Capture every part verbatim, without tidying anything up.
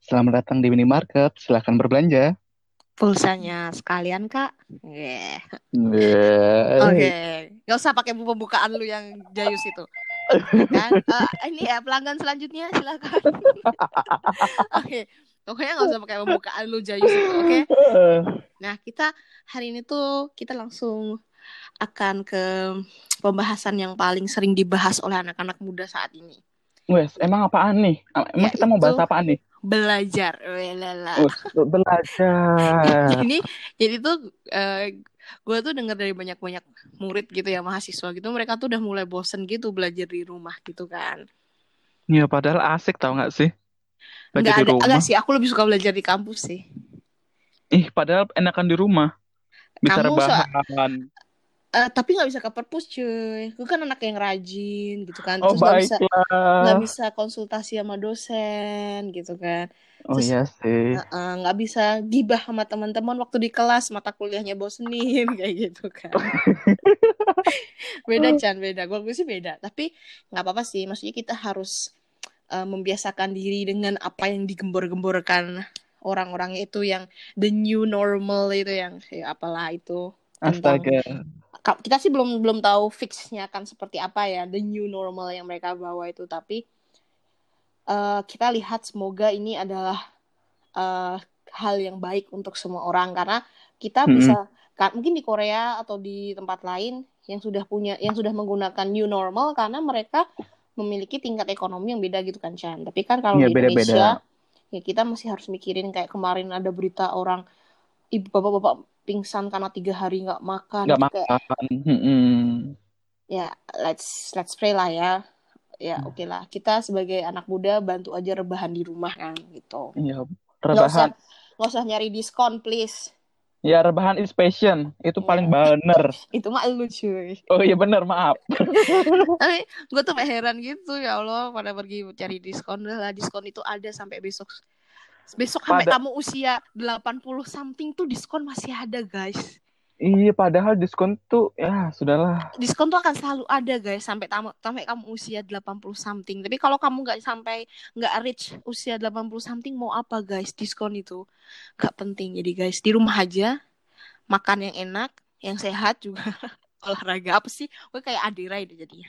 Selamat datang di minimarket, silakan berbelanja. Pulsanya sekalian, Kak. Yeah. Oke, Yeay. nggak usah pakai pembukaan lu yang jayus itu, ya kan? Eh, ini ya pelanggan selanjutnya silakan. Oke, pokoknya nggak usah pakai pembukaan lu jayus itu, oke? Nah, kita hari ini tuh kita langsung akan ke pembahasan yang paling sering dibahas oleh anak-anak muda saat ini, Wes, emang apaan nih? Emang kita mau yaitu bahas apaan nih? belajar. Welala. Wes, belajar. Ini jadi tuh eh, gue tuh dengar dari banyak-banyak murid gitu ya, mahasiswa gitu, mereka tuh udah mulai bosen gitu belajar di rumah gitu kan. Ya padahal asik tau gak sih? Belajar Nggak di ada, agak rumah. sih, aku lebih suka belajar di kampus sih. Ih, padahal enakan di rumah. Bisa Kamu so rebahan. eh, tapi nggak bisa ke perpus cuy. Gue kan anak yang rajin gitu kan. Oh Terus nggak bisa nggak baiklah. bisa konsultasi sama dosen gitu kan. Oh Terus iya sih. eh, eh, nggak bisa gibah sama teman-teman waktu di kelas, mata kuliahnya bosenin kayak gitu kan. Beda Chan, beda. Gue sih beda. Tapi nggak apa-apa sih. Maksudnya kita harus uh, membiasakan diri dengan apa yang digembor-gemborkan orang-orang itu, yang the new normal itu, yang ya, apalah itu tentang, Astaga. kita sih belum belum tahu fixnya akan seperti apa ya the new normal yang mereka bawa itu. Tapi uh, kita lihat semoga ini adalah uh, hal yang baik untuk semua orang, karena kita Mm-mm. bisa kan, mungkin di Korea atau di tempat lain yang sudah punya yang sudah menggunakan new normal karena mereka memiliki tingkat ekonomi yang beda gitu kan Chan. Tapi kan kalau Iya di beda-beda. Indonesia ya kita masih harus mikirin, kayak kemarin ada berita orang ibu bapak-bapak pingsan karena tiga hari nggak makan Nggak itu kayak, makan. Mm-mm. ya let's let's pray lah ya. Ya oke okay lah, kita sebagai anak muda bantu aja rebahan di rumah kan gitu. Iya, Nggak usah rebahan. nggak usah nyari diskon please. Ya, rebahan is passion. Itu paling Ya bener. itu mah lu cuy. Oh iya bener, maaf. Tapi gue tuh heran gitu, ya Allah, pada pergi cari diskon lah. Diskon itu ada sampai besok. Besok sampai Pada kamu usia delapan puluh something tuh diskon masih ada guys. iya, padahal diskon tuh ya sudahlah. Diskon tuh akan selalu ada guys sampai tamu sampai kamu usia delapan puluh something. Tapi kalau kamu nggak sampai nggak reach usia delapan puluh something, mau apa guys diskon itu? Gak penting. Jadi guys, di rumah aja, makan yang enak, yang sehat juga. Olahraga apa sih? Gue kayak Adira itu jadinya.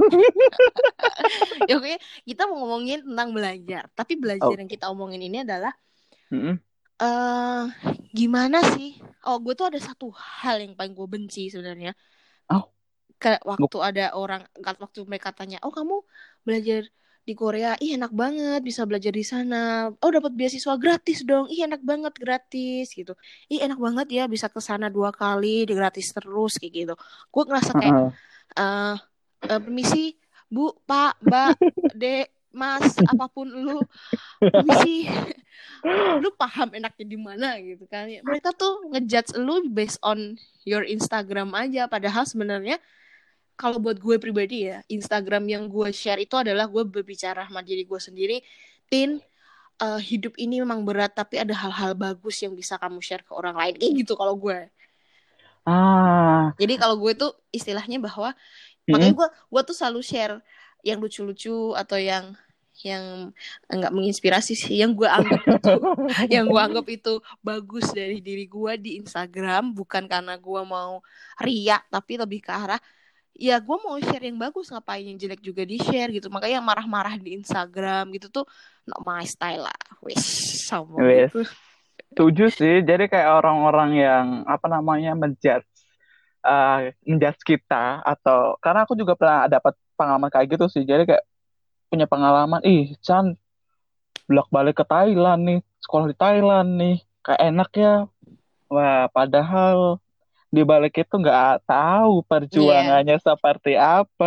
Ya oke, kita mau ngomongin tentang belajar. Tapi belajar Oh, yang kita omongin ini adalah mm-mm. eh gimana sih? Oh, gue tuh ada satu hal yang paling gue benci sebenarnya. Oh, Kayak bu- waktu ada orang, waktu mereka tanya, oh kamu belajar di Korea, ih enak banget bisa belajar di sana. Oh dapat beasiswa gratis dong, ih enak banget gratis gitu. Ih enak banget ya bisa ke sana dua kali, di gratis terus kayak gitu. Gue ngerasa kayak Heeh. eh eh, permisi Bu, Pak, Mbak, Dek, Mas, apapun lu, permisi, lu paham enaknya di mana gitu kan? Mereka tuh ngejudge lu based on your Instagram aja, padahal sebenarnya kalau buat gue pribadi ya, Instagram yang gue share itu adalah gue berbicara sama diri gue sendiri. Tin, uh, hidup ini memang berat, tapi ada hal-hal bagus yang bisa kamu share ke orang lain. Kayak gitu kalau gue. Ah, Jadi kalau gue tuh istilahnya bahwa, makanya mm-mm. gue gue tuh selalu share yang lucu-lucu atau yang yang enggak menginspirasi sih, yang gue anggap itu yang gue anggap itu bagus dari diri gue di Instagram, bukan karena gue mau riak, tapi lebih ke arah ya gue mau share yang bagus, ngapain yang jelek juga di share gitu. Makanya yang marah-marah di Instagram gitu tuh not my style lah, wis sombong Wes, gitu. setuju sih. Jadi kayak orang-orang yang apa namanya menjudge, uh, menjudge kita atau karena aku juga pernah dapat pengalaman kayak gitu sih. Jadi kayak punya pengalaman, ih, Chan, bolak-balik ke Thailand nih, sekolah di Thailand nih, kayak enak ya. Wah, padahal di balik itu nggak tahu Iya, yeah, perjuangannya seperti apa.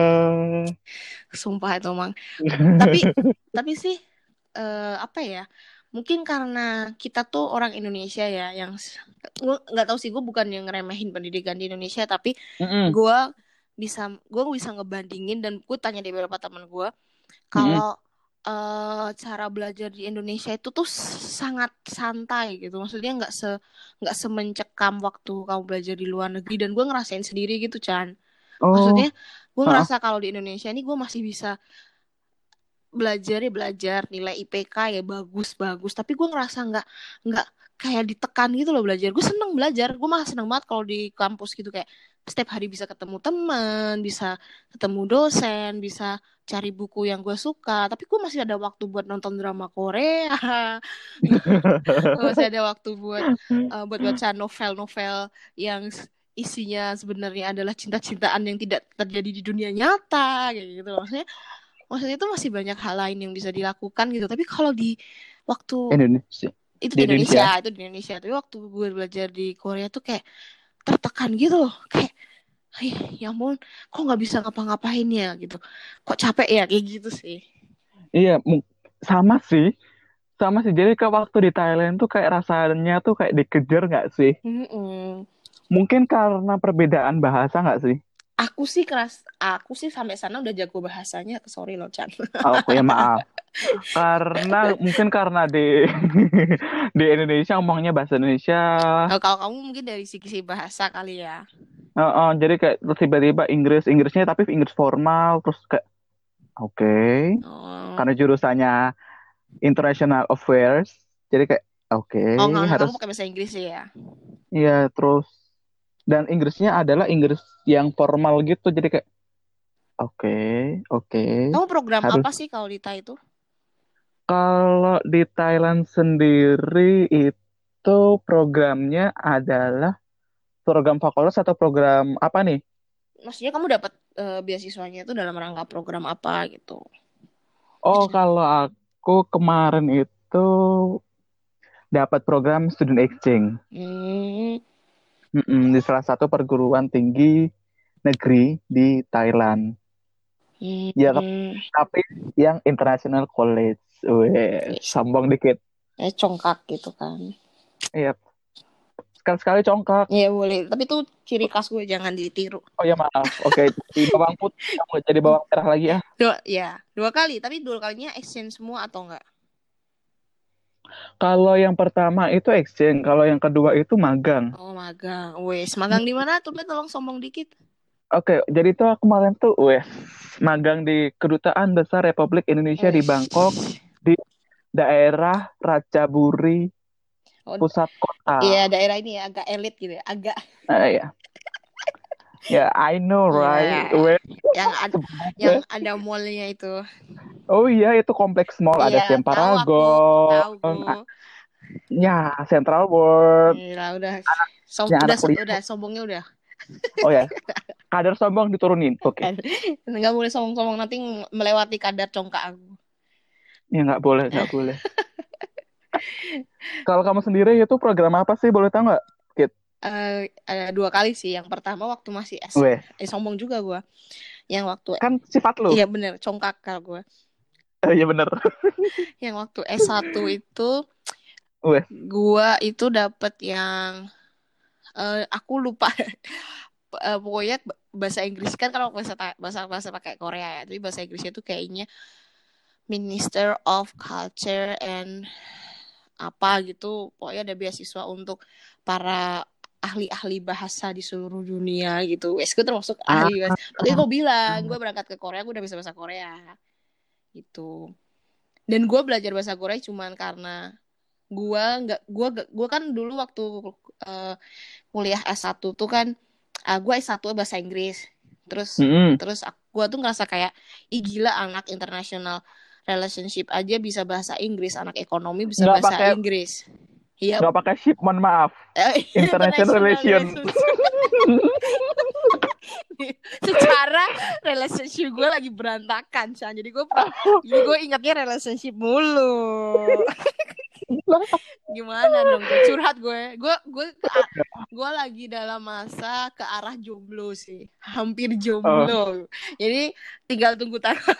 sumpah itu emang. Tapi tapi sih eh, apa ya? Mungkin karena kita tuh orang Indonesia ya, yang gue nggak tahu sih, gue bukan yang ngeremehin pendidikan di Indonesia, tapi Mm-mm, gue bisa gue bisa ngebandingin, dan gue tanya di beberapa teman gue mm-mm. kalau eh, cara belajar di Indonesia itu tuh sangat santai gitu. Maksudnya nggak se nggak semencekam waktu kamu belajar di luar negeri, dan gue ngerasain sendiri gitu Chan. Oh, Maksudnya gue heeh. ngerasa kalau di Indonesia ini gue masih bisa belajar ya belajar, nilai I P K ya bagus bagus, tapi gue ngerasa nggak nggak kayak ditekan gitu loh belajar. Gue seneng belajar, gue malah seneng banget kalau di kampus gitu, kayak setiap hari bisa ketemu teman, bisa ketemu dosen, bisa cari buku yang gue suka. Tapi gue masih ada waktu buat nonton drama Korea, masih ada waktu buat uh, buat baca novel-novel yang isinya sebenarnya adalah cinta-cintaan yang tidak terjadi di dunia nyata kayak gitu loh. Maksudnya maksudnya itu masih banyak hal lain yang bisa dilakukan gitu. Tapi kalau di waktu Indonesia. itu Di di Indonesia, Indonesia. itu di Indonesia. Tapi waktu gue belajar di Korea tuh kayak tertekan gitu loh. Kayak, ya ampun, kok nggak bisa ngapa-ngapain ya gitu. Kok capek ya kayak gitu sih. Iya, mu- sama sih. Sama sih. Jadi ke waktu di Thailand tuh kayak rasanya tuh kayak dikejar nggak sih? Mm-mm. Mungkin karena perbedaan bahasa nggak sih? Aku sih keras, aku sih sampai sana udah jago bahasanya. Sorry loh Chan. Aku ya maaf. Karena mungkin karena di di Indonesia ngomongnya bahasa Indonesia. Oh, kalau kamu mungkin dari sisi bahasa kali ya. Eh, eh, jadi kayak terus tiba-tiba Inggris Inggrisnya tapi Inggris formal terus kayak oke Oh, karena jurusannya International Affairs jadi kayak oke oh karena kamu harus pakai bahasa Inggris sih ya. ya terus dan Inggrisnya adalah Inggris yang formal gitu jadi kayak oke oke Kamu program harus apa sih kalau di Thai itu? kalau di Thailand sendiri itu programnya adalah program fakultas atau program apa nih? Maksudnya kamu dapat eh, beasiswanya itu dalam rangka program apa gitu? Oh, kalau aku kemarin itu dapat program student exchange. Hmm, Mm-mm, di salah satu perguruan tinggi negeri di Thailand. Ya, tap- hmm, tapi yang International College. Weh, Wih, sombong dikit. eh congkak gitu kan? Iya, sekali-sekali congkak. Iya boleh, tapi itu ciri khas gue, jangan ditiru. Oh ya maaf. Oke, di bawang putih kamu nggak jadi bawang merah lagi ya. Dua, ya dua kali, tapi dua kalinya exchange semua atau enggak? Kalau yang pertama itu exchange, kalau yang kedua itu magang. Oh magang, wes magang di mana tuh? Be, tolong sombong dikit. Oke, jadi tuh aku kemarin tuh, weh, magang di Kedutaan Besar Republik Indonesia di Wes, Bangkok, di daerah Ratchaburi, oh pusat kota. iya daerah ini ya agak elit gitu ya, agak Eh, ya, ya, I know, right? ya Weh, yang ada yang ada mallnya itu. oh iya, itu kompleks mall, ada Iya Siam tahu aku, Paragon, tahu aku. ah, ya, Central World, Iya udah, som yang udah anak kuliah. udah sombongnya udah. Oh ya, kadar sombong diturunin, oke. Kan nggak boleh sombong-sombong nanti melewati kadar congkak aku. Ya nggak boleh, nggak boleh. Kalau kamu sendiri itu program apa sih, boleh tahu nggak? Kit? Eh, ada dua kali sih. Yang pertama waktu masih S, Weh, eh sombong juga gue. Yang waktu, kan sifat lu. iya bener congkak kalau gue. Eh, Iya bener. Yang waktu S satu itu Weh, gue itu dapet yang eh, aku lupa. Eh, pokoknya bahasa Inggris kan, kalau bahasa bahasa bahasa pakai Korea ya, tapi bahasa Inggrisnya tuh kayaknya Minister of Culture and apa gitu. Pokoknya ada beasiswa untuk para ahli-ahli bahasa di seluruh dunia gitu. Wes gue termasuk ah, ahli bahasa. Makanya gue bilang gue berangkat ke Korea gue udah bisa bahasa Korea gitu. Dan gue belajar bahasa Korea cuman karena gue nggak gue gue kan dulu waktu uh, kuliah S satu tuh kan uh, gue S satu bahasa Inggris. Terus mm-mm. terus gue tuh ngerasa kayak ih gila, anak international relationship aja bisa bahasa Inggris, anak ekonomi bisa nggak bahasa pakai Inggris. Iya, nggak pakai ship, mohon maaf. eh, International international relation. relationship. Secara relationship gue lagi berantakan, Chan. Jadi gue jadi gue ingatnya relationship mulu. Gimana dong tuh, curhat gue. Gue gue gue lagi dalam masa ke arah jomblo sih, hampir jomblo. Oh. Jadi tinggal tunggu tanggal.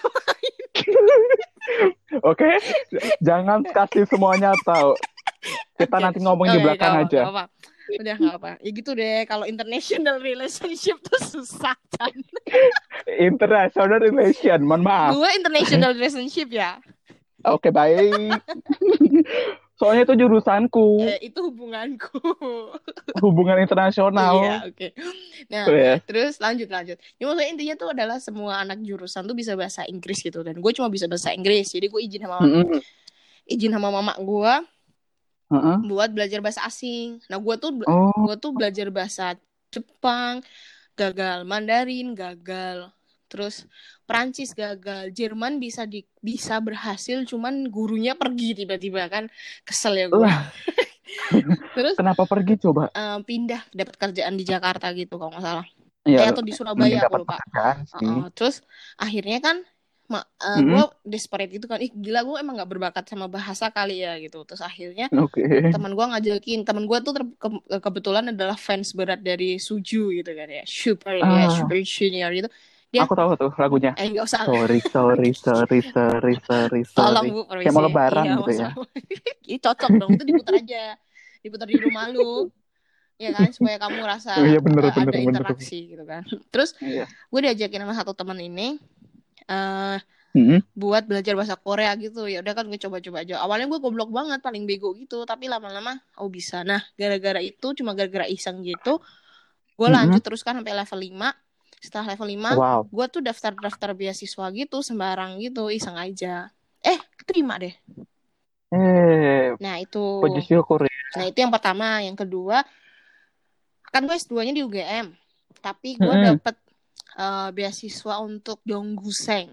Oke, okay? Jangan kasih semuanya tahu. Kita okay. nanti ngomong okay, di belakang gak aja. Gak apa. Udah gak apa. Ya gitu deh. Kalau international relationship tuh susah kan. International relation, mohon maaf. Gue international relationship ya. Oke okay, baik. Soalnya itu jurusanku. Eh, itu hubunganku. Hubungan internasional. Iya oke. Okay. Nah, Oh ya. terus lanjut lanjut. Ya, maksudnya intinya tuh adalah semua anak jurusan tuh bisa bahasa Inggris gitu, dan gue cuma bisa bahasa Inggris. Jadi gue izin sama Mm-mm. izin sama mama gue Heeh. buat belajar bahasa asing. Nah, gue tuh Oh, gue tuh belajar bahasa Jepang, gagal, Mandarin gagal, terus Perancis gagal, Jerman bisa di bisa berhasil, cuman gurunya pergi tiba-tiba kan, kesel ya gue. lah, Terus kenapa pergi coba? uh, pindah dapat kerjaan di Jakarta gitu kalau nggak salah, Ya, eh atau di mending Surabaya aku dapat lupa. pekerjaan sih. Uh-uh. Terus akhirnya kan ma- uh, gue Mm-mm. desperate gitu kan, ih gila gue emang nggak berbakat sama bahasa kali ya gitu. Terus akhirnya Oke. teman gue ngajakin, teman gue tuh ter- ke- kebetulan adalah fans berat dari Suju gitu kan ya, super ya Ah, super junior gitu. Dia aku tahu tuh lagunya. eh nggak usah, Sorry, sorry, sorry, sorry, sorry, tolong sorry. bu Kayak mau permisi, lebaran iya gitu mas. ya. Ini cocok dong, itu diputar aja, diputar di rumah lu ya kan, supaya kamu Oh rasa iya, bener, uh, bener, ada bener. interaksi gitu kan. Terus Iya. gue diajakin sama satu teman ini uh, Mm-mm. buat belajar bahasa Korea gitu. Ya udah kan gue coba-coba aja. Awalnya gue goblok banget, paling bego gitu, tapi lama-lama oh bisa. Nah, gara-gara itu, cuma gara-gara iseng gitu, gue lanjut Mm-mm. terus kan sampai level lima. Setelah level lima, Wow. gue tuh daftar-daftar beasiswa gitu sembarang gitu, iseng aja. Eh, terima deh. Eh, Nah, itu. puji syukur ya. Nah, itu yang pertama. Yang kedua, kan gue S dua-nya di U G M, tapi gue Mm-mm. dapet uh, beasiswa untuk Yongguseng.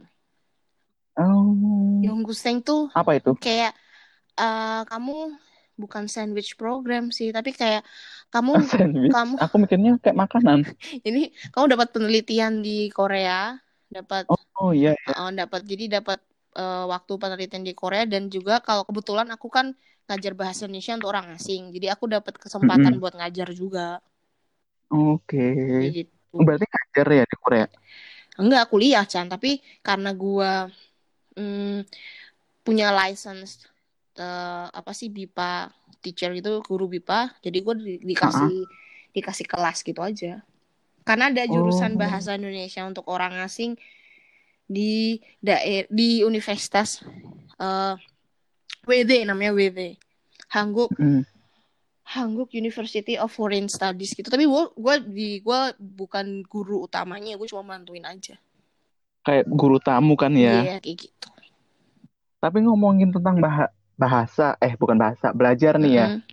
Oh, Yongguseng tuh apa itu? kayak uh, kamu bukan sandwich program sih, tapi kayak kamu Sandwich. kamu Aku mikirnya kayak makanan. ini kamu dapat penelitian di Korea, dapat Oh, oh iya, iya. uh, dapat jadi dapat uh, waktu penelitian di Korea, dan juga kalau kebetulan aku kan ngajar bahasa Indonesia untuk orang asing, jadi aku dapat kesempatan Mm-mm. buat ngajar juga. Oke. Gitu. Berarti ngajar ya di Korea? Enggak kuliah Chan, tapi karena gua hmm, punya license uh, apa sih B I P A teacher gitu, guru B I P A, jadi gue di, Ah. dikasih dikasih kelas gitu aja. Karena ada jurusan Oh. bahasa Indonesia untuk orang asing di daer di universitas uh, W D, namanya W D, Hanguk Mm. Hanguk University of Foreign Studies gitu. Tapi gue gue di gue bukan guru utamanya, gue cuma bantuin aja. Kayak guru tamu kan Iya, ya. yeah, kayak gitu. Tapi ngomongin tentang bah- bahasa, eh bukan bahasa, belajar nih ya. Mm-mm.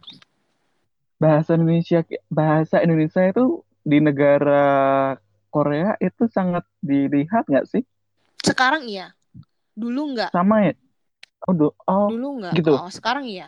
Bahasa Indonesia, bahasa Indonesia itu di negara Korea itu sangat dilihat nggak sih? Sekarang iya, dulu enggak. Sama ya? Oh, du- oh Dulu enggak. gitu. Kalau sekarang iya.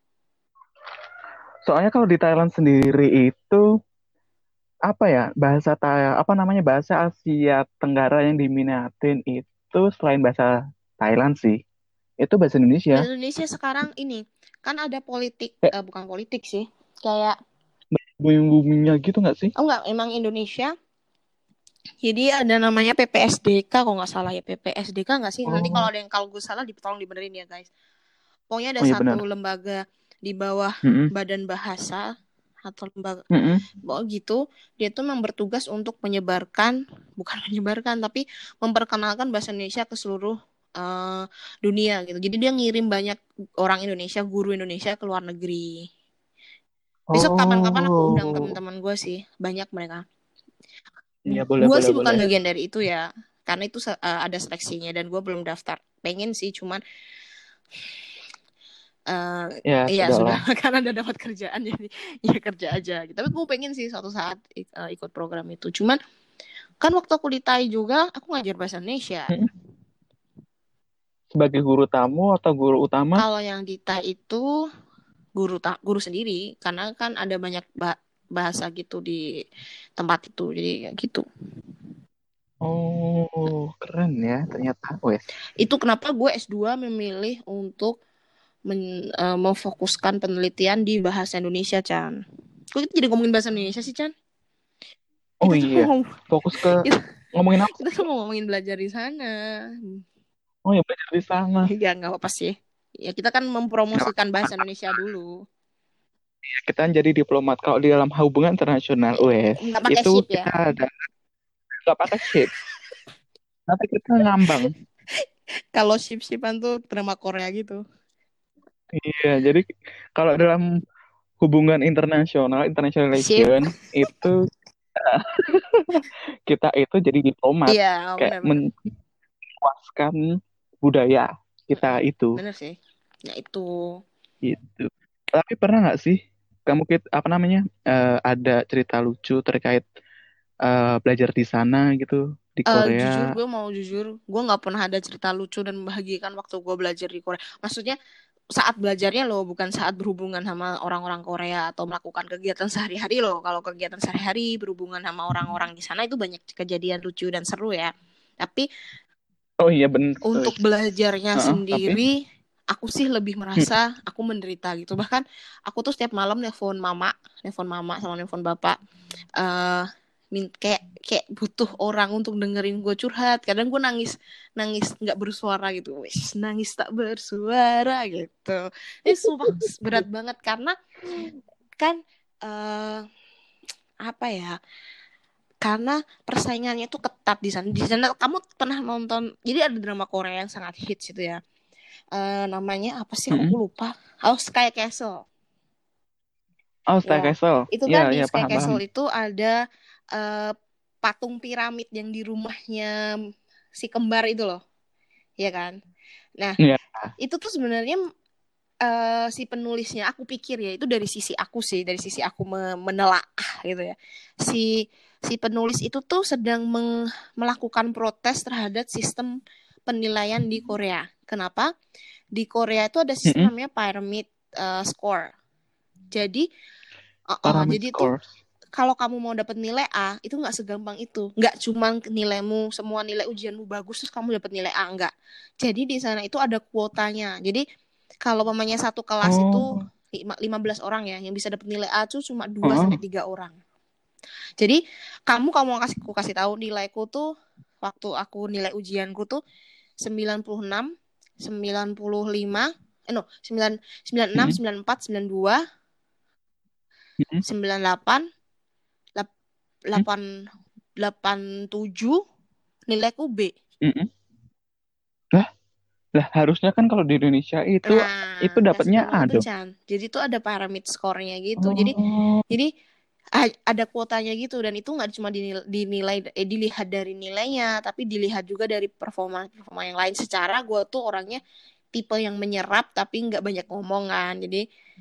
Soalnya kalau di Thailand sendiri itu apa ya, bahasa Thai, apa namanya, bahasa Asia Tenggara yang diminatin itu selain bahasa Thailand sih, itu bahasa Bahasa Indonesia. Indonesia sekarang ini kan ada politik, Kayak eh, bukan politik sih. Kayak booming-boomingnya gitu nggak sih? oh enggak, emang Indonesia. Jadi ada namanya P P S D K kalau nggak salah ya, P P S D K nggak sih? Nanti kalau Oh, ada yang kalau gue salah tolong dibenerin ya guys. Pokoknya ada oh iya satu benar. lembaga di bawah Mm-mm. Badan Bahasa atau lembaga Mm-mm. oh gitu, dia tuh memang bertugas untuk menyebarkan, bukan menyebarkan tapi memperkenalkan bahasa Indonesia ke seluruh uh, dunia gitu. Jadi dia ngirim banyak orang Indonesia, guru Indonesia ke luar negeri. Besok kapan-kapan aku undang Oh, teman-teman gue sih, banyak mereka. iya boleh Gue boleh sih bukan boleh. bagian dari itu ya, karena itu uh, ada seleksinya dan gue belum daftar. Pengen sih, cuman uh, Ya ya sudah, sudahlah. karena udah dapat kerjaan jadi ya kerja aja. Tapi gue pengen sih suatu saat uh, ikut program itu. Cuman kan waktu aku di Thai juga aku ngajar bahasa Indonesia. Mm-mm. Sebagai guru tamu atau guru utama? Kalau yang di Thai itu guru ta- guru sendiri, karena kan ada banyak bah- bahasa gitu di tempat itu, jadi ya gitu. Oh, keren ya ternyata. Wes. Itu kenapa gue S dua memilih untuk men, uh, memfokuskan penelitian di bahasa Indonesia, Chan. Kok kita jadi ngomongin bahasa Indonesia sih, Chan? Oh Kita tuh iya, mau fokus ke kita, ngomongin apa kita sih? tuh mau ngomongin belajar di sana. Oh ya, belajar di sana. Ya nggak apa-apa sih. Ya kita kan Nggak mempromosikan apa-apa. bahasa Indonesia dulu. Kita jadi diplomat. Kalau di dalam hubungan internasional, wes, Nggak pakai itu ship ya. kita ada nggak pakai ship. Nanti kita ngambang. Kalau ship-shipan tuh drama Korea gitu. Iya, jadi kalau dalam hubungan internasional, international Ship. relation itu Kita itu jadi diplomat, Iya, kayak benar-benar. memuaskan budaya kita itu Bener sih. Ya itu. gitu. Tapi pernah nggak sih kamu kit- apa namanya eh, ada cerita lucu terkait eh, belajar di sana gitu di Eh jujur, Korea? gue mau jujur, gue nggak pernah ada cerita lucu dan membahagiakan waktu gue belajar di Korea. Maksudnya saat belajarnya loh, bukan saat berhubungan sama orang-orang Korea atau melakukan kegiatan sehari-hari loh. Kalau kegiatan sehari-hari berhubungan sama orang-orang di sana itu banyak kejadian lucu dan seru ya. Tapi Oh iya bener. Eh, untuk belajarnya heeh, tapi sendiri, aku sih lebih hmm, merasa aku menderita gitu. Bahkan aku tuh setiap malam nelpon mama, nelpon mama sama nelpon bapak, eh min kayak kayak butuh orang untuk dengerin gue curhat. Kadang gue nangis nangis nggak bersuara gitu, wes nangis tak bersuara gitu. Ini sumpah berat banget karena kan eh apa ya? Karena persaingannya tuh ketat di sana. Di sana kamu pernah nonton? Jadi ada drama Korea yang sangat hits itu ya. Eh namanya apa sih? Kok hmm. gue lupa. Oh, Sky Castle. Oh Star Ya, Castle, itu ya kan di ya Sky paham paham. Castle itu ada eh, patung piramid yang di rumahnya si kembar itu loh, ya kan? Nah, Ya. itu tuh sebenarnya eh, si penulisnya aku pikir ya itu dari sisi aku sih, dari sisi aku me- menelaah gitu ya. Si si penulis itu tuh sedang meng- melakukan protes terhadap sistem penilaian di Korea. Kenapa? Di Korea itu ada sistem Mm-mm. namanya pyramid eh, score. Jadi, uh, uh, Pyramid jadi tuh scores. kalau kamu mau dapat nilai A itu nggak segampang itu, nggak cuma nilaimu semua nilai ujianmu bagus terus kamu dapat nilai A, nggak. Jadi di sana itu ada kuotanya. Jadi kalau mamanya satu kelas itu Oh, lima belas orang ya yang bisa dapat nilai A tuh cuma dua heeh. sampai tiga orang. Jadi kamu kamu mau kasih aku kasih tahu nilaiku tuh waktu aku nilai ujianku tuh sembilan puluh enam, sembilan puluh lima, eh no, sembilan sembilan enam, Mm-mm. sembilan empat, sembilan dua, Mm-mm. sembilan delapan, Mm-mm. delapan delapan tujuh, nilaiku B. Mm-mm. Lah, lah harusnya kan kalau di Indonesia itu Nah, itu nggak dapatnya A segampang itu dong. Chan. Jadi tuh ada pyramid score-nya gitu. Jadi Oh, jadi ada kuotanya gitu dan itu nggak cuma dinilai, dinilai eh, dilihat dari nilainya, tapi dilihat juga dari performa performa yang lain. Secara gue tuh orangnya tipe yang menyerap tapi nggak banyak ngomongan. Jadi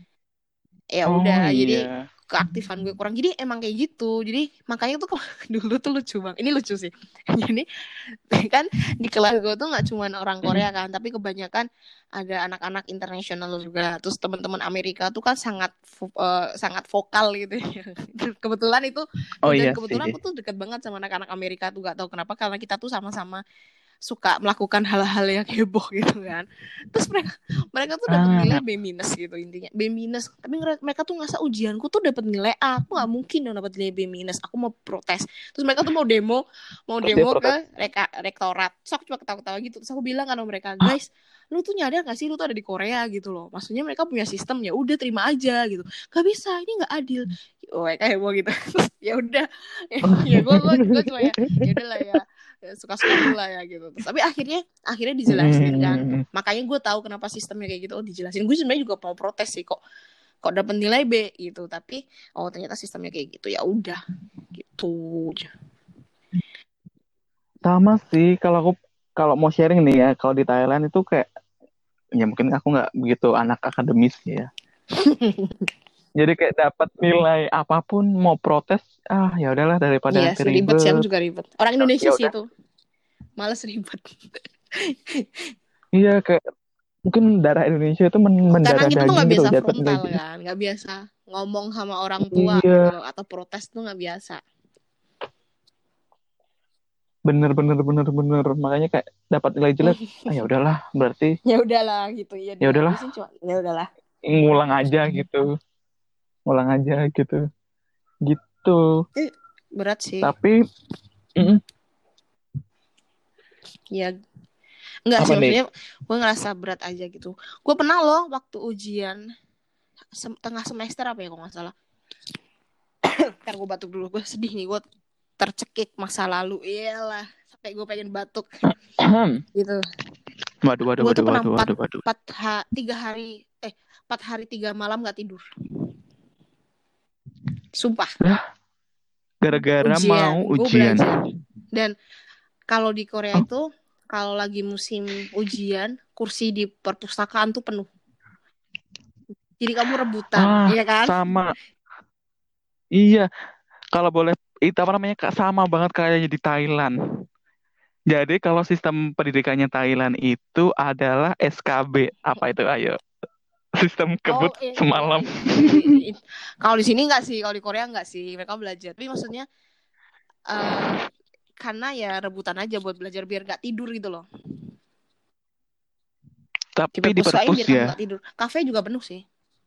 ya oh udah jadi iya. keaktifan gue kurang jadi emang kayak gitu jadi makanya tuh dulu tuh lucu bang ini lucu sih jadi kan di kelas gue tuh nggak cuma orang Mm-mm. Korea kan tapi kebanyakan ada anak-anak internasional juga terus teman-teman Amerika tuh kan sangat uh, sangat vokal gitu ya kebetulan itu Oh dan iya kebetulan sih. aku tuh dekat banget sama anak-anak Amerika tuh gak tahu kenapa karena kita tuh sama-sama suka melakukan hal-hal yang heboh gitu kan terus mereka mereka tuh dapat nilai Ah, B minus gitu intinya B minus tapi mereka tuh ngerasa ujianku tuh dapat nilai A aku nggak mungkin dong dapat nilai B minus aku mau protes terus mereka tuh mau demo mau terus dia demo protes. ke reka, rektorat terus aku cuma ketawa-ketawa gitu terus aku bilang kan sama mereka Hah? guys lu tuh nyadar gak sih lu tuh ada di Korea gitu loh maksudnya mereka punya sistem ya udah terima aja gitu gak bisa ini nggak adil oh mereka heboh gitu ya udah ya gue gue gue cuma ya ya udahlah ya suka-suka lu lah ya gitu. Terus, tapi akhirnya akhirnya dijelasin kan. Hmm. Makanya gue tahu kenapa sistemnya kayak gitu. Oh dijelasin. Gue sebenarnya juga mau protes sih kok kok dapat nilai B gitu. Tapi oh ternyata sistemnya kayak gitu. Ya udah gitu. Sama sih kalau aku kalau mau sharing nih ya, kalau di Thailand itu kayak ya mungkin aku nggak begitu anak akademis ya. Jadi kayak dapat nilai apapun mau protes, ah ya udahlah daripada Iya nanti sih ribet sih. Aku ribet. juga ribet. Orang Indonesia Ya sih udah. itu. Males ribet. Iya kayak mungkin darah Indonesia itu men- Karena mendarah kita tuh daging nggak gitu biasa dapat nilai frontal B. kan. Nggak biasa ngomong sama orang tua gitu Iya, loh. Atau protes tuh nggak biasa. bener bener bener bener. Makanya kayak dapat nilai jelek, ah ya udahlah berarti Ya udahlah gitu. Ya ya udahlah dihabisin cuma ya udahlah. ngulang aja gitu, ngulang aja gitu, gitu. Eh, berat sih. Tapi mm, Ya enggak apa sih nih? maksudnya gue ngerasa berat aja gitu. Gue pernah loh waktu ujian sem- tengah semester apa ya kalau nggak salah. Ntar gue batuk dulu. Gue sedih nih. Gue tercekik masa lalu. Iyalah. Sampai gue pengen batuk gitu. Waduh, waduh, Gue tuh waduh, pernah waduh, empat waduh, waduh. empat ha- tiga hari eh empat hari tiga malam nggak tidur. Sumpah. Lah, gara-gara Ujian, mau gue ujian. belajar. Dan kalau di Korea itu, kalau lagi musim ujian, kursi di perpustakaan tuh penuh. Jadi kamu rebutan, Ah, iya kan? sama. Iya, kalau boleh itu apa namanya Kak, sama banget kayaknya di Thailand. Jadi kalau sistem pendidikannya Thailand itu adalah S K B. Apa itu? Ayo. Sistem Oh, kebut eh, iya, semalam. iya. Iya, iya. Kalau di sini nggak sih, kalau di Korea nggak sih. Mereka belajar. Tapi maksudnya, eh karena ya rebutan aja buat belajar biar nggak tidur gitu loh. Di Tapi di perpus kayaknya perpus biar kamu ya. nggak tidur. Kafe juga penuh sih.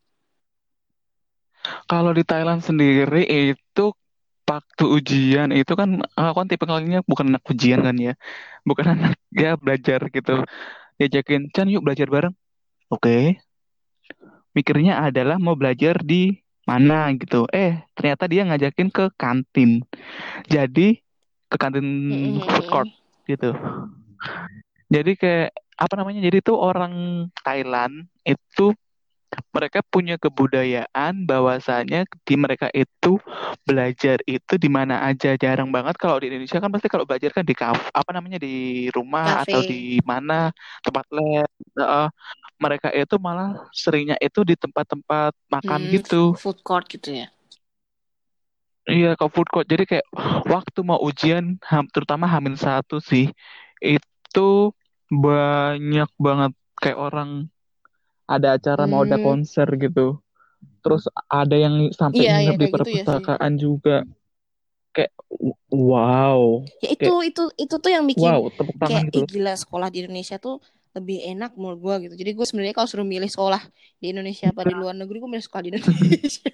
Kalau di Thailand sendiri itu waktu ujian itu kan aku kan tipe kalinya bukan anak ujian kan ya. Bukan anak ya belajar gitu. Diajakin, Chan yuk belajar bareng. Oke. Mikirnya adalah mau belajar di mana gitu. Eh, ternyata dia ngajakin ke kantin. Jadi ke kantin food court gitu. Jadi kayak apa namanya? Jadi tuh orang Thailand itu mereka punya kebudayaan bahwasanya di mereka itu belajar itu di mana aja. Jarang banget kalau di Indonesia kan pasti kalau belajar kan di kaf apa namanya di rumah atau Kafe. di mana tempat les. Heeh. Mereka itu malah seringnya itu di tempat-tempat makan Hmm, gitu. food court gitu ya. Iya, ke food court. Jadi kayak waktu mau ujian, ham- terutama Hamin satu sih, itu banyak banget kayak orang ada acara mau ada Hmm, konser gitu. Terus ada yang sampai iya, iya nginep di kayak gitu ya sih. perpustakaan juga. Kayak wow, Ya itu kayak itu itu tuh yang bikin wow, tepuk tangan kayak gitu ih loh. gila sekolah di Indonesia tuh lebih enak menurut gue gitu. Jadi gue sebenarnya kalau suruh milih sekolah di Indonesia apa di luar negeri, gue milih sekolah di Indonesia.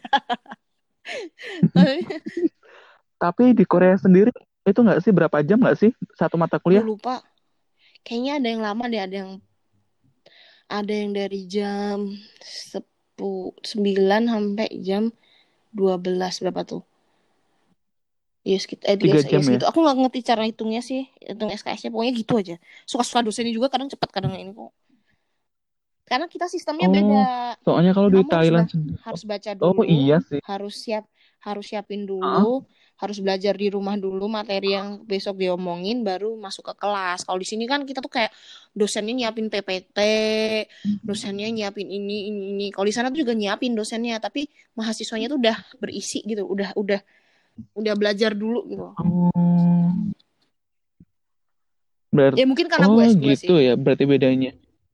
Tapi di Korea sendiri itu nggak sih berapa jam nggak sih satu mata Gue kuliah? lupa. Kayaknya ada yang lama deh, ada yang ada yang dari jam sepuluh sembilan sampai jam dua belas berapa tuh? Iya sekitar eh tiga Tiga ya jam ya? segitu. Aku nggak ngerti cara hitungnya sih, hitung S K S-nya pokoknya gitu aja. Suka-suka dosennya juga kadang cepat kadang ini kok. Karena kita sistemnya beda. Oh, soalnya kalau di Kamu harus Thailand ba- sendiri. harus baca Oh dulu, iya sih. harus siap harus siapin Heeh. dulu, harus belajar di rumah dulu materi yang besok diomongin baru masuk ke kelas. Kalau di sini kan kita tuh kayak dosennya nyiapin P P T, dosennya nyiapin ini ini ini. Kalau di sana tuh juga nyiapin dosennya, tapi mahasiswanya tuh udah berisi gitu, udah udah udah belajar dulu gitu. Oh, berarti Ya mungkin karena gue oh S dua gitu sih. ya berarti bedanya.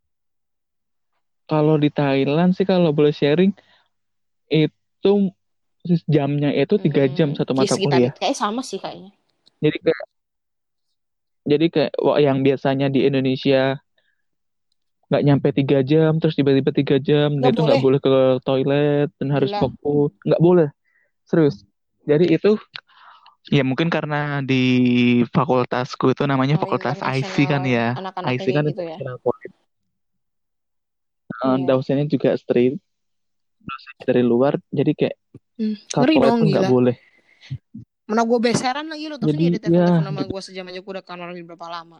Kalau di Thailand sih kalau boleh sharing itu jamnya itu tiga jam Hmm, satu ya mata sekitar kuliah. itu. Kayak sama sih kayaknya. Jadi kayak jadi kayak wah, yang biasanya di Indonesia nggak nyampe tiga jam terus tiba-tiba tiga jam dan Nggak itu nggak boleh, boleh ke toilet dan harus gila. fokus nggak boleh serius. Jadi itu ya mungkin karena di fakultasku itu namanya Oh, fakultas I C kan internasional, ya. anak-anaknya I C kan kayak gitu ya. international quality. Eh, Iya. dosennya juga strict dari luar jadi kayak Hmm, ke ngeri toilet dong tuh nggak gila. boleh. Mana gue beseran lagi lo, tapi Jadi dia ada ya telepon-telepon sama gitu. gue sejam aja gue udah kangen lagi berapa lama.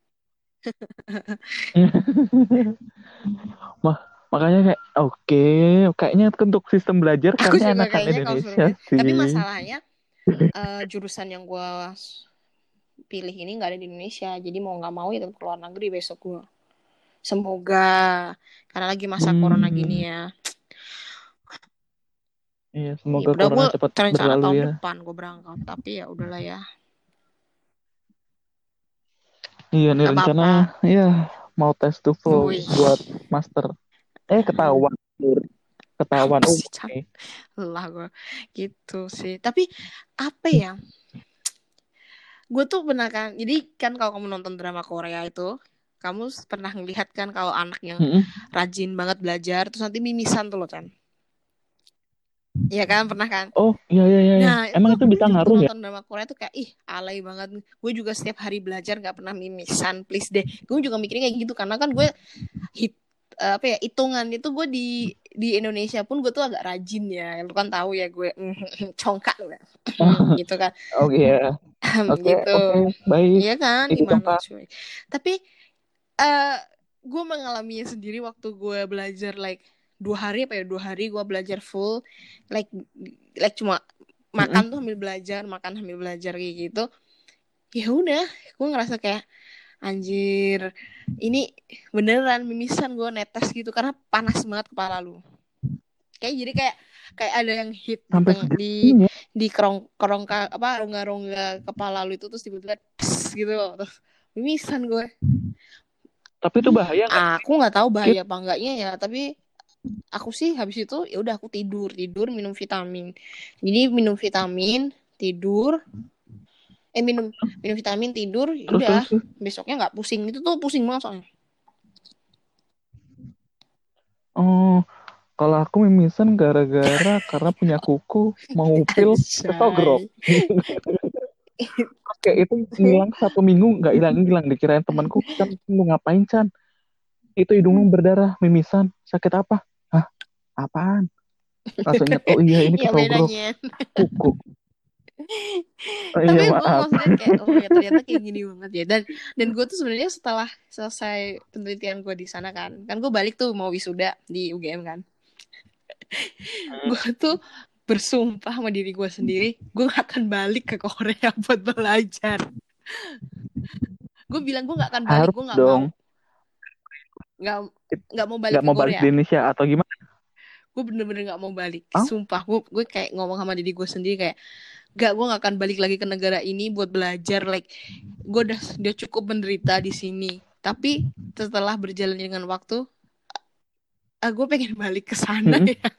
Mah, makanya kayak oke, kayaknya untuk sistem belajar Aku kayaknya juga enakan kayaknya kalau suruh Indonesia milih. Tapi sih. masalahnya eh, jurusan yang gue pilih ini nggak ada di Indonesia. Jadi mau nggak mau ya tetap ke luar negeri besok gue. Semoga karena lagi masa corona gini Hmm, ya. iya Ya semoga udah gue corona cepat terencana berlalu tahun ya. depan gue berangkat. Tapi ya udahlah ya. Iya nih Nggak rencana apa-apa. ya mau tes TOEFL Wih, buat master. Eh ketahuan, ketahuan. apa Oh, sih Chan? oke. Lah gue gitu sih. Tapi apa ya? Gue tuh pernah kan, jadi kan kalau kamu nonton drama Korea itu, kamu pernah ngelihat kan kalau anak yang Mm-mm. rajin banget belajar, terus nanti mimisan tuh loh kan. Iya kan, pernah kan? Oh iya iya iya. Iya. Nah, itu Emang tuh itu gue bisa juga waktu ngaruh ya? nonton drama Korea tuh kayak, ih alay banget. Gue juga setiap hari belajar gak pernah mimisan, please deh. Gue juga mikirnya kayak gitu, karena kan gue hit, eh, apa ya, hitungan itu gue di di Indonesia pun gue tuh agak rajin ya. Lu kan tahu ya gue congkak gitu kan. Oh iya. Oke Gitu. oke baik. Iya kan, Itu gimana Kak. cuy. Tapi eh gue mengalaminya sendiri waktu gue belajar like dua hari apa ya dua hari gue belajar full like like cuma makan tuh sambil belajar, makan sambil belajar kayak gitu. Ya udah, gue ngerasa kayak anjir, ini beneran mimisan gue netes gitu karena panas banget kepala lu. Kayak jadi kayak kayak ada yang hit di Sampai teng di segitunya. di kerong kerongka apa rongga-rongga kepala lu itu terus tiba-tiba pss, gitu loh. Terus mimisan gue. Tapi itu bahaya nggak? Aku nggak tahu Kit? bahaya apa enggaknya ya, tapi aku sih habis itu ya udah aku tidur, tidur minum vitamin. Jadi minum vitamin, tidur, eh minum minum vitamin tidur, ya Terus udah terus terus. besoknya nggak pusing. Itu tuh pusing banget soalnya. Oh, kalau aku mimisan gara-gara karena punya kuku mau upil kesogrok. Anjay. Terus kayak itu ngilang satu minggu nggak hilang-hilang, dikirain temanku, Chan lu ngapain Chan? Itu hidungmu berdarah, mimisan, sakit apa? Hah? Apaan? Langsung ingat, oh iya ini Ya kesogrok bedanya. kuku. Oh Tapi iya gue maaf. maksudnya kayak oh ya ternyata kayak gini banget ya. Dan dan gue tuh sebenarnya setelah selesai penelitian gue di sana kan, kan gue balik tuh mau wisuda di U G M kan. Gue tuh bersumpah sama diri gue sendiri, gue gak akan balik ke Korea buat belajar. Gue bilang gue gak akan balik, Harus gue gak dong. mau, nggak nggak mau balik Nggak ke mau balik Korea. di Indonesia atau gimana? Gue bener-bener gak mau balik. Oh? Sumpah gue gue kayak ngomong sama diri gue sendiri kayak gak, gue gak akan balik lagi ke negara ini buat belajar. Like gue udah udah cukup menderita di sini. Tapi setelah berjalan dengan waktu, ah, gue pengen balik ke sana Mm-mm. ya.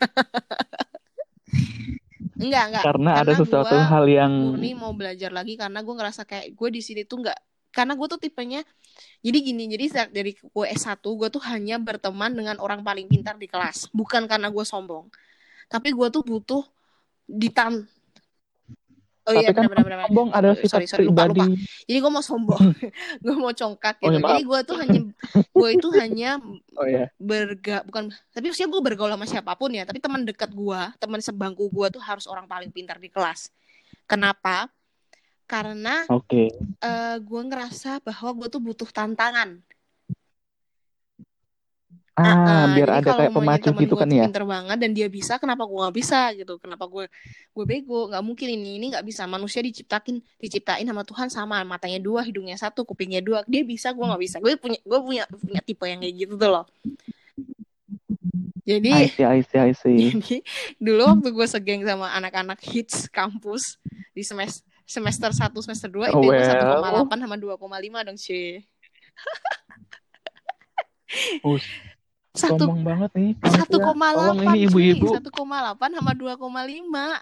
Enggak, enggak. Karena ada Karena sesuatu gue hal yang murni mau belajar lagi karena gue ngerasa kayak gue di sini tuh enggak, karena gue tuh tipenya jadi gini, jadi saat dari gue S satu gue tuh hanya berteman dengan orang paling pintar di kelas, bukan karena gue sombong, tapi gue tuh butuh ditan oh tapi iya kan benar-benar benar. sombong ada sifat Sorry sorry lupa lupa. pribadi. Jadi gue mau sombong, gue mau congkak Oh gitu. ya Jadi maaf. gue tuh hanya gue itu hanya Oh ya. berga bukan, tapi maksudnya gue bergaul sama siapapun ya, tapi teman dekat gue, teman sebangku gue tuh harus orang paling pintar di kelas. Kenapa? Karena Oke. uh, gue ngerasa bahwa gue tuh butuh tantangan. Ah, Uh, biar jadi ada kalau kayak maunya pemacu temen gitu gue kan tuh ya. pinter banget dan dia bisa, kenapa gue nggak bisa gitu? Kenapa gue gue bego? Nggak mungkin ini ini nggak bisa. Manusia diciptakin diciptain sama Tuhan sama, matanya dua, hidungnya satu, kupingnya dua. Dia bisa, gue nggak bisa. Gue punya gue punya punya tipe yang kayak gitu tuh loh. Jadi I see, I see, I see. jadi dulu waktu gue segeng sama anak-anak hits kampus di semester semester satu semester dua, I P gue satu koma Well, delapan sama dua koma lima dong cuy. us, Satu sombong banget nih satu manusia. koma Tolong delapan ini cuy, ibu-ibu. satu koma delapan sama dua koma lima.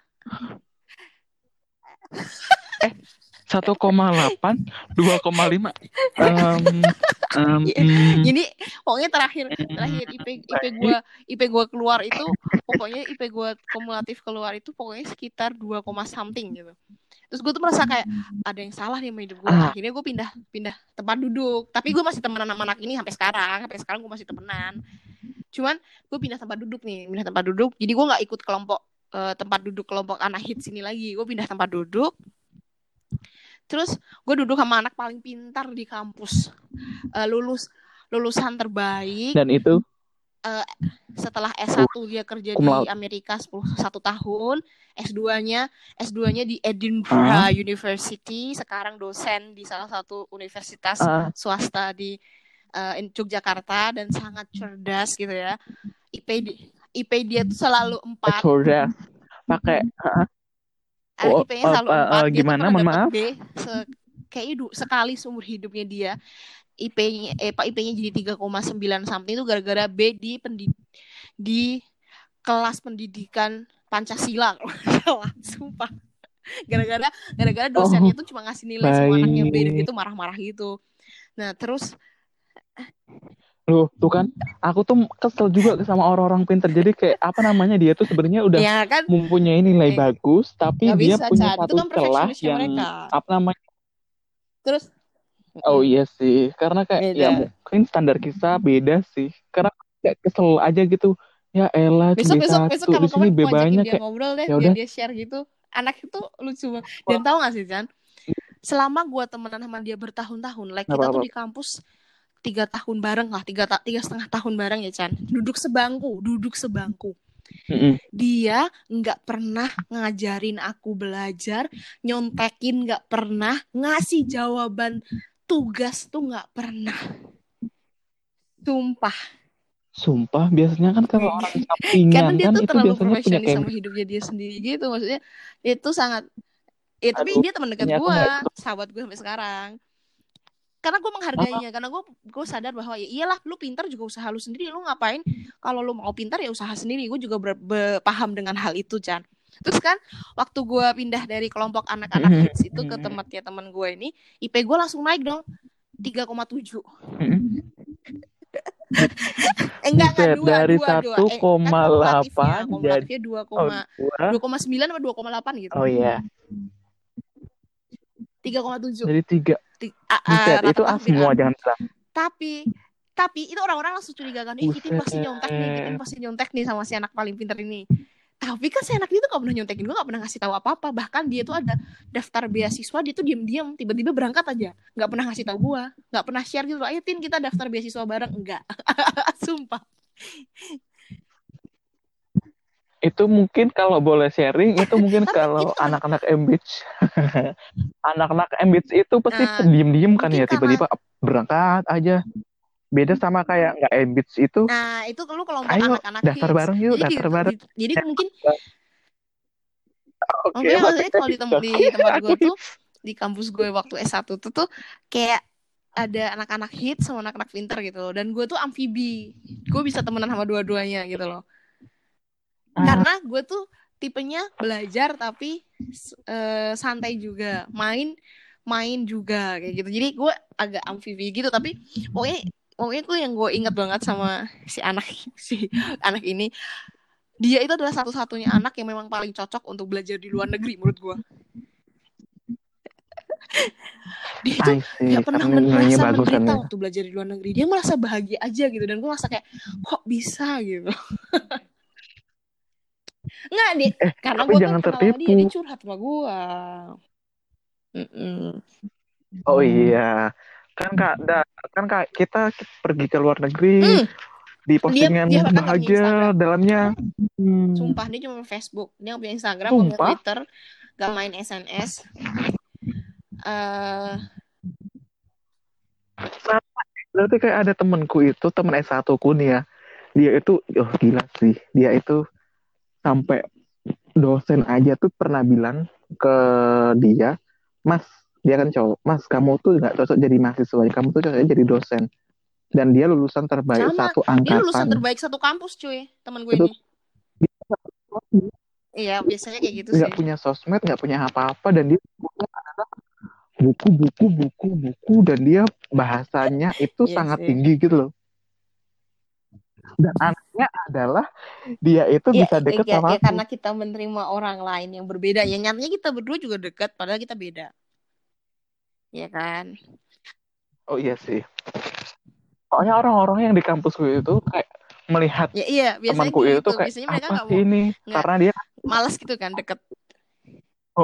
Eh, satu koma delapan, dua koma lima. Um, um, Jadi pokoknya terakhir terakhir I P I P gue I P gue keluar itu pokoknya I P gue kumulatif keluar itu pokoknya sekitar dua, something gitu. Terus gue tuh merasa kayak ada yang salah nih sama hidup gue. Ah. Akhirnya gue pindah pindah tempat duduk. Tapi gue masih temenan sama anak ini sampai sekarang. Sampai sekarang gue masih temenan. Cuman gue pindah tempat duduk nih, pindah tempat duduk. Jadi gue nggak ikut kelompok uh, tempat duduk kelompok anak hits ini lagi. Gue pindah tempat duduk. Terus gue duduk sama anak paling pintar di kampus, uh, lulus lulusan terbaik. Dan itu uh, setelah S satu dia kerja di Amerika sepuluh satu tahun, S dua-nya S dua-nya di Edinburgh uh. University, sekarang dosen di salah satu universitas uh. swasta di uh, Yogyakarta dan sangat cerdas gitu ya. I P I P dia tuh selalu empat. Cerdas. Pakai uh. Oh, I P-nya selalu uh, empat. Uh, dia gimana? Mohon maaf. B, se- kayaknya du- sekali seumur hidupnya dia I P-nya eh Pak I P-nya jadi tiga koma sembilan something itu gara-gara B di pendid- di kelas pendidikan Pancasila. Sumpah. Gara-gara gara-gara dosennya oh, tuh cuma ngasih nilai baik. Semua anaknya B dan gitu marah-marah gitu. Nah, terus Loh, tuh kan, aku tuh kesel juga sama orang-orang pintar. Jadi kayak apa namanya, dia tuh sebenarnya udah ya, kan? mempunyai nilai eh, bagus, tapi dia bisa, punya Chan. Satu kan celah yang mereka. Apa namanya? Terus? Oh iya sih, karena kayak beda. Ya mungkin standar kita beda sih. Karena kayak kesel aja gitu. Ya elah, besok B besok satu. besok Di sini B banyak dia kayak. Ngobrol deh, yaudah. biar dia share gitu. Anak itu lucu banget. Dan tahu nggak sih, Chan? Selama gue temenan sama dia bertahun-tahun, like kita apa-apa. Tuh di kampus tiga tahun bareng lah, tiga, ta- tiga setengah tahun bareng ya Chan, duduk sebangku, duduk sebangku. Mm-mm. Dia nggak pernah ngajarin aku belajar, nyontekin nggak pernah, ngasih jawaban tugas tuh nggak pernah. Sumpah. Sumpah, biasanya kan kalau orang Karena sampingan dia kan tuh itu terlalu biasanya punya profesionalis sama chemistry. hidupnya dia sendiri gitu. Maksudnya itu sangat. Ya tapi Aduh, dia teman dekat ini aku gue, nggak ikut. sahabat gue sampai sekarang. Karena gue menghargainya, karena gue gue sadar bahwa ya iyalah lu pintar juga usaha lu sendiri, lu ngapain kalau lu mau pintar ya usaha sendiri. Gue juga ber, ber, paham dengan hal itu, Chan. Terus kan waktu gue pindah dari kelompok anak-anak hits itu ke tempatnya teman gue ini, I P gue langsung naik dong tiga koma tujuh. eh enggak enggak Buset, dua dari dua dua satu eh kan koma kumulatifnya delapan jadi kumulatifnya dua oh, dua koma sembilan atau dua koma delapan gitu. Oh iya. tiga koma tujuh. Jadi tiga. Ti- a- a- Buset, itu rata-rata ah hampir A. semua jangan bilang. Tapi tapi itu orang-orang langsung curiga kan, eh Kitin pasti nyontek nih, Kitin Buset. pasti nyontek nih sama si anak paling pintar ini. Tapi kan si anak itu gak pernah nyontekin gue, gak pernah ngasih tahu apa-apa. Bahkan dia tuh ada daftar beasiswa, dia tuh diam-diam tiba-tiba berangkat aja, gak pernah ngasih tahu gue, gak pernah share gitu, ayo Tin kita daftar beasiswa bareng, enggak. Sumpah. Itu mungkin kalau boleh sharing, itu mungkin Tapi kalau itu teman anak-anak M Beach. Anak-anak M Beach itu pasti nah, diem-diem kan mungkin ya, karena tiba-tiba berangkat aja. Beda sama kayak nggak M Beach itu, nah itu lu kelompok ayo anak-anak daftar hits. bareng yuk, Jadi di, daftar bareng. di- jadi mungkin Oke, maksudnya, maksudnya makanya kalau di, tem- di oke, tempat gue aku tuh hits. di kampus gue waktu S satu tuh tuh kayak ada anak-anak hits sama anak-anak pinter gitu loh. Dan gue tuh amfibi, gue bisa temenan sama dua-duanya gitu loh. Karena gue tuh tipenya belajar tapi uh, santai juga, main main juga kayak gitu. Jadi gue agak amfibi gitu. Tapi pokoknya pokoknya gue yang gue ingat banget sama si anak si anak ini, dia itu adalah satu-satunya anak yang memang paling cocok untuk belajar di luar negeri menurut gue. Dia itu nggak pernah merasa menderita waktu belajar di luar negeri. Dia merasa bahagia aja gitu. Dan gue merasa kayak kok bisa gitu. Nggak deh, eh, karena gue kan kenal sama dia, dia tertipu. curhat sama gue. Mm-mm. Oh iya, kan kak, da, kan kak kita pergi ke luar negeri, Mm. di postingan dia, dia bahkan nggak punya bahagia Instagram. dalamnya. Hmm. Sumpah dia cuma Facebook, dia nggak punya Instagram, nggak punya Twitter, nggak main S N S. Uh... Berarti kayak ada temenku itu, temen S satu ku nih ya, dia itu, oh gila sih, dia itu sampai dosen aja tuh pernah bilang ke dia, Mas, dia kan cowok, Mas kamu tuh nggak cocok jadi mahasiswa, kamu tuh cocoknya jadi dosen. Dan dia lulusan terbaik sama, satu angkatan. Dia lulusan terbaik satu kampus cuy, teman gue itu, ini. Iya biasanya kayak gitu gak sih. Nggak punya sosmed, nggak punya apa-apa, dan dia buku, buku, buku, buku, dan dia bahasanya itu yes, sangat yes. tinggi gitu loh. Dan anehnya adalah dia itu ya, bisa deket ya, sama ya, karena kita menerima orang lain yang berbeda. Ya nyatanya kita berdua juga dekat, padahal kita beda. Ya kan? Oh iya sih. Soalnya orang-orang yang di kampusku itu kayak melihat ya, iya, temanku gitu. itu kayak biasanya mereka apa nggak sih mau, ini? Gak, karena dia malas gitu kan deket. Oh.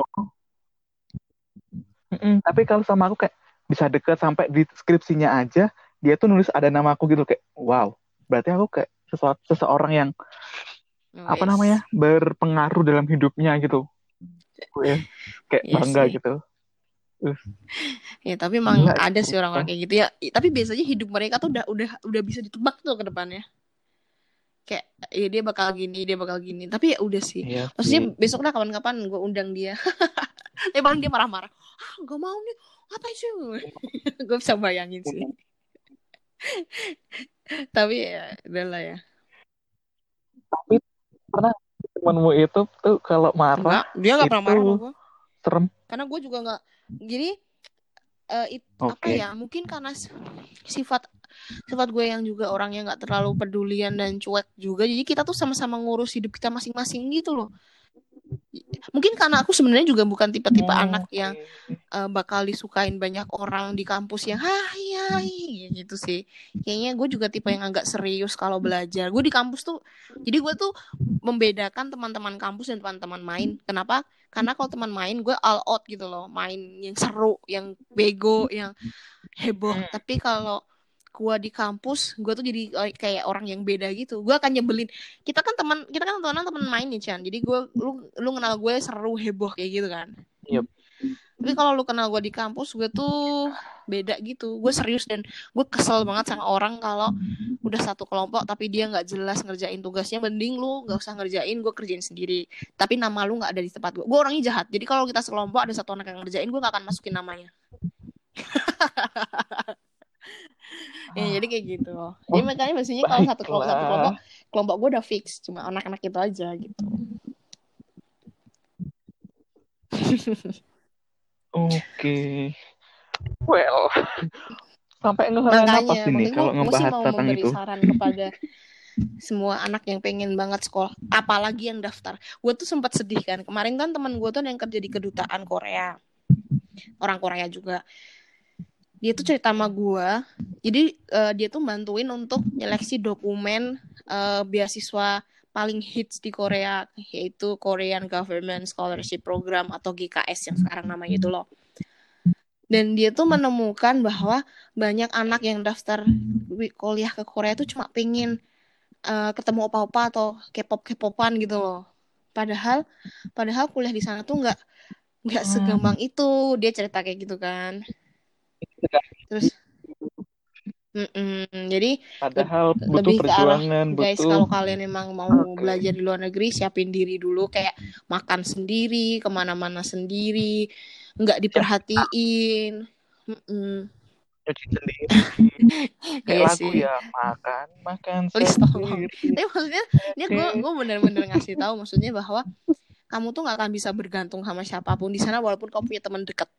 Mm-mm. Tapi kalau sama aku kayak bisa deket sampai di skripsinya aja dia tuh nulis ada nama aku gitu, kayak wow, berarti aku kayak sesuatu seseorang yang oh, apa yes. namanya berpengaruh dalam hidupnya gitu. Gue kayak yes, bangga sih. Gitu. Uh. Ya tapi emang Enggak, ada sih orang-orang kayak gitu ya. Tapi biasanya hidup mereka tuh udah udah udah bisa ditebak tuh ke depannya. Kayak ya dia bakal gini, dia bakal gini. Tapi ya udah sih. Iya, maksudnya iya. Besok lah kapan-kapan gue undang dia. Eh paling dia marah-marah. Ah gak mau nih. Ngapain sih? Gue bisa bayangin sih. Tapi ya udahlah ya. Tapi pernah temanmu itu tuh kalau marah Enggak, dia nggak pernah marah sama gue. Serem. Karena gue juga nggak. Jadi uh, it, okay. apa ya? Mungkin karena sifat sifat gue yang juga orang yang nggak terlalu pedulian dan cuek juga. Jadi kita tuh sama-sama ngurus hidup kita masing-masing gitu loh. Mungkin karena aku sebenarnya juga bukan tipe-tipe oh, anak yang uh, bakal disukain banyak orang di kampus yang hai hai gitu sih. Kayaknya gue juga tipe yang agak serius kalau belajar. Gue di kampus tuh, jadi gue tuh membedakan teman-teman kampus dan teman-teman main. Kenapa? Karena kalau teman main gue all out gitu loh, main yang seru, yang bego, yang heboh. Tapi kalau gue di kampus, gue tuh jadi eh, kayak orang yang beda gitu. Gue akan nyebelin. Kita kan teman, kita kan teman teman main nih Chan. Jadi gue, lu lu kenal gue seru heboh kayak gitu kan. Yep. Tapi kalau lu kenal gue di kampus, gue tuh beda gitu. Gue serius dan gue kesel banget sama orang kalau udah satu kelompok tapi dia nggak jelas ngerjain tugasnya. Mending lu nggak usah ngerjain, gue kerjain sendiri. Tapi nama lu nggak ada di tempat gue. Gue orangnya jahat. Jadi kalau kita sekelompok ada satu anak yang ngerjain, gue nggak akan masukin namanya. Ya, jadi kayak gitu. Jadi makanya maksudnya kalau satu kelompok, satu kelompok, kelompok gue udah fix, cuma anak-anak itu aja gitu. Oke. Okay. Well, sampai ngehela napas ini kalau ngebahas mau tentang memberi itu. Saran kepada semua anak yang pengen banget sekolah, apalagi yang daftar. Gue tuh sempat sedih kan. Kemarin kan teman gue tuh yang kerja di kedutaan Korea, orang Korea juga. Dia tuh cerita sama gue, jadi uh, dia tuh bantuin untuk nyeleksi dokumen uh, beasiswa paling hits di Korea, yaitu Korean Government Scholarship Program atau G K S yang sekarang namanya itu loh. Dan dia tuh menemukan bahwa banyak anak yang daftar kuliah ke Korea tuh cuma pengen uh, ketemu opa-opa atau K-pop K-popan gitu loh. Padahal, padahal kuliah di sana tuh nggak nggak segampang itu. Dia cerita kayak gitu kan. Terus Mm-mm. Jadi padahal le- butuh lebih ke arah perjuangan, guys, butuh kalau kalian emang mau okay. belajar di luar negeri, siapin diri dulu, kayak makan sendiri, kemana-mana sendiri, nggak diperhatiin. Mm-mm. Cuci sendiri. Kayak Iya lagu sih. ya, makan makan Please tolong. sendiri. Tapi maksudnya dia gue gue benar-benar ngasih tahu maksudnya bahwa kamu tuh nggak akan bisa bergantung sama siapapun di sana walaupun kamu punya teman dekat.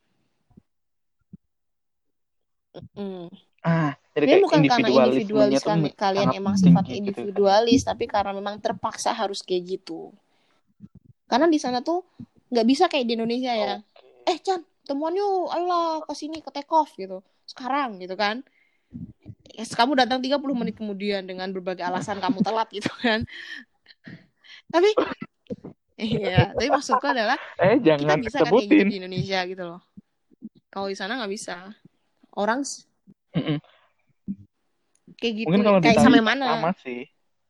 Mm. Ah, jadi Ini kayak bukan karena individualis tuh kan kalian emang sifatnya individualis, gitu. Tapi karena memang terpaksa harus kayak gitu. Karena di sana tuh nggak bisa kayak di Indonesia ya. Okay. Eh Chan, temuan yuk, Allah kesini ke take off gitu. Sekarang gitu kan. Yes, kamu datang tiga puluh menit kemudian dengan berbagai alasan kamu telat gitu kan. Tapi iya, tapi maksudku adalah eh, jangan kita bisa kan kayak gitu di Indonesia gitu loh. Kalau di sana nggak bisa. Orang Mm-mm. kayak gitu. Mungkin kalau kayak di sampai mana? Sama sih.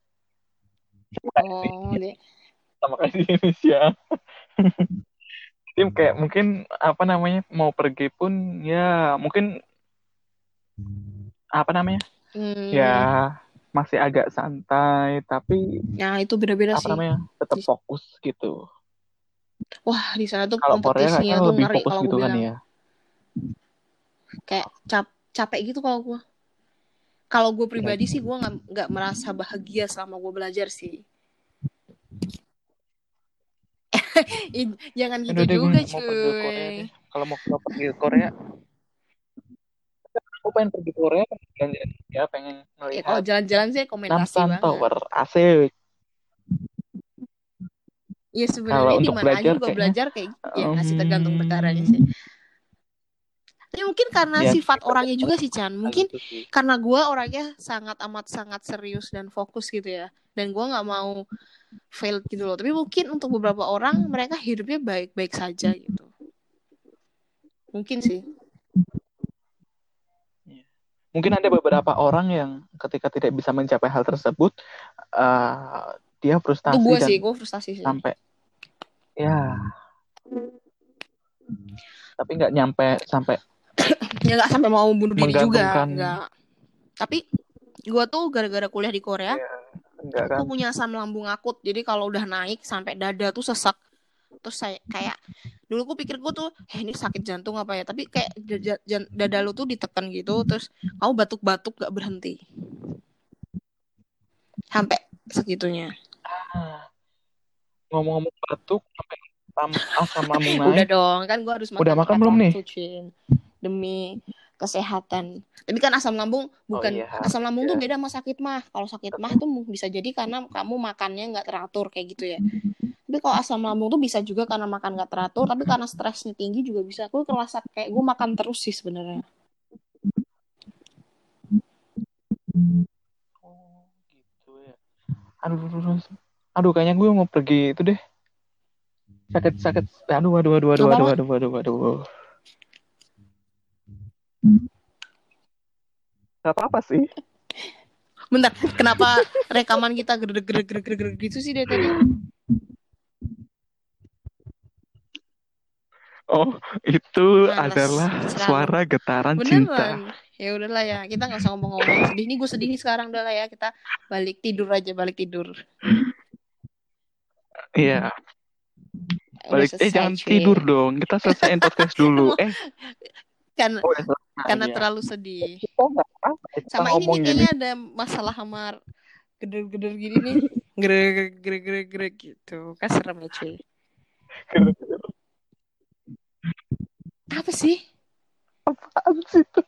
Oh, deh. Sama kayak di Indonesia. Tim kayak mungkin apa namanya mau pergi pun ya mungkin apa namanya hmm. ya masih agak santai tapi ya itu beda-beda apa sih. namanya tetap di... fokus gitu. Wah di sana tuh kalau kompetisinya Korea tuh lebih ngeri fokus kalau gitu gue kan bilang. ya. Kayak cap capek gitu kalau gue. Kalau gue pribadi ya, sih gue nggak nggak merasa bahagia selama gue belajar sih. Jangan gitu Aduh, juga gue cuy. Mau pergi ke Korea deh. Kalau mau, mau pergi ke Korea, aku pengen pergi ke Korea pengen ya pengen melihat. Ya, kalau jalan-jalan sih rekomendasi Namsan banget. Tower, asik. Iya sebenarnya di mana aja juga belajar kayak um... ya nggak sih tergantung negaranya sih. Tapi mungkin karena ya, sifat orangnya juga sih Chan. Mungkin karena gue orangnya sangat amat sangat serius dan fokus gitu ya. Dan gue nggak mau fail gitu loh. Tapi mungkin untuk beberapa orang mereka hidupnya baik-baik saja gitu. Mungkin sih. Mungkin ada beberapa orang yang ketika tidak bisa mencapai hal tersebut, uh, dia frustasi. Itu gue dan sih, gue frustasi sih. Sampai, ya. Tapi nggak nyampe sampai. Ya nggak sampai mau bunuh diri juga, nggak. Tapi gue tuh gara-gara kuliah di Korea, ya, enggak, kan? Tuh punya asam lambung akut. Jadi kalau udah naik sampai dada tuh sesak. Terus saya kayak dulu gue pikir gue tuh eh ini sakit jantung apa ya, tapi kayak dada lu tuh ditekan gitu, terus kamu batuk-batuk gak berhenti sampai segitunya. Ah, ngomong-ngomong batuk sampai asam lambung naik. Udah dong, kan gue harus makan. Udah makan belum nih? Demi kesehatan. Tapi kan asam lambung bukan, oh, iya, asam lambung iya. tuh beda sama sakit mah. Kalau sakit mah tuh bisa jadi karena kamu makannya nggak teratur kayak gitu ya. Tapi kalau asam lambung tuh bisa juga karena makan nggak teratur, tapi karena stresnya tinggi juga bisa. Gue kerasa kayak gue makan terus sih sebenarnya. Oh gitu ya. Aduh, aduh, aduh, kayaknya gue mau pergi itu deh. Sakit, sakit. Aduh, aduh, aduh, aduh, aduh, aduh, aduh, aduh. Gak apa-apa sih. Bentar, kenapa rekaman kita gedeg gedeg gedeg gedeg gitu sih dari tadi? Oh, itu Males adalah selalu. suara getaran cinta. Beneran. Ya udahlah ya, kita nggak usah ngomong-ngomong sedih. Ini gue sedih nih sekarang, udah lah ya, kita balik tidur aja, balik tidur. Iya, Udah balik. Eh, selesai jangan cuy. tidur dong. Kita selesaiin podcast dulu. Emang Eh, karena oh, udah selesai karena ya. terlalu sedih. Kita nggak apa kita Sama ini ngomong nih gini. kayaknya ada masalah sama geder-geder gini nih. Gere-gere-gere gitu. Kan serem ya cuy. Apa sih? Apaan sih itu?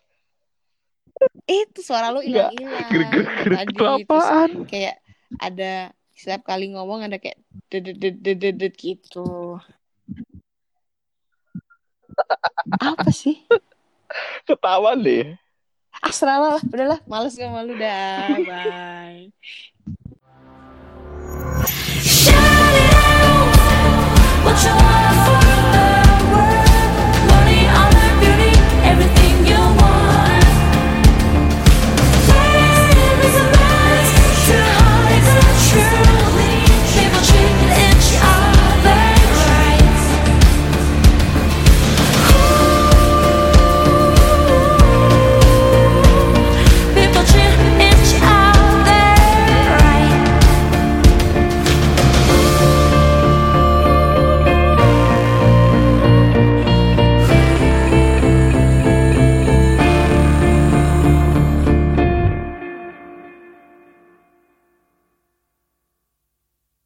Itu suara lu Enggak. hilang-hilang dari Gerak-gerik itu tadi. Terus apaan? kayak ada setiap kali ngomong ada kayak dedet gitu. Apa sih? Ketawa deh. Asrama lah, udahlah, males gue malu dah. Bye.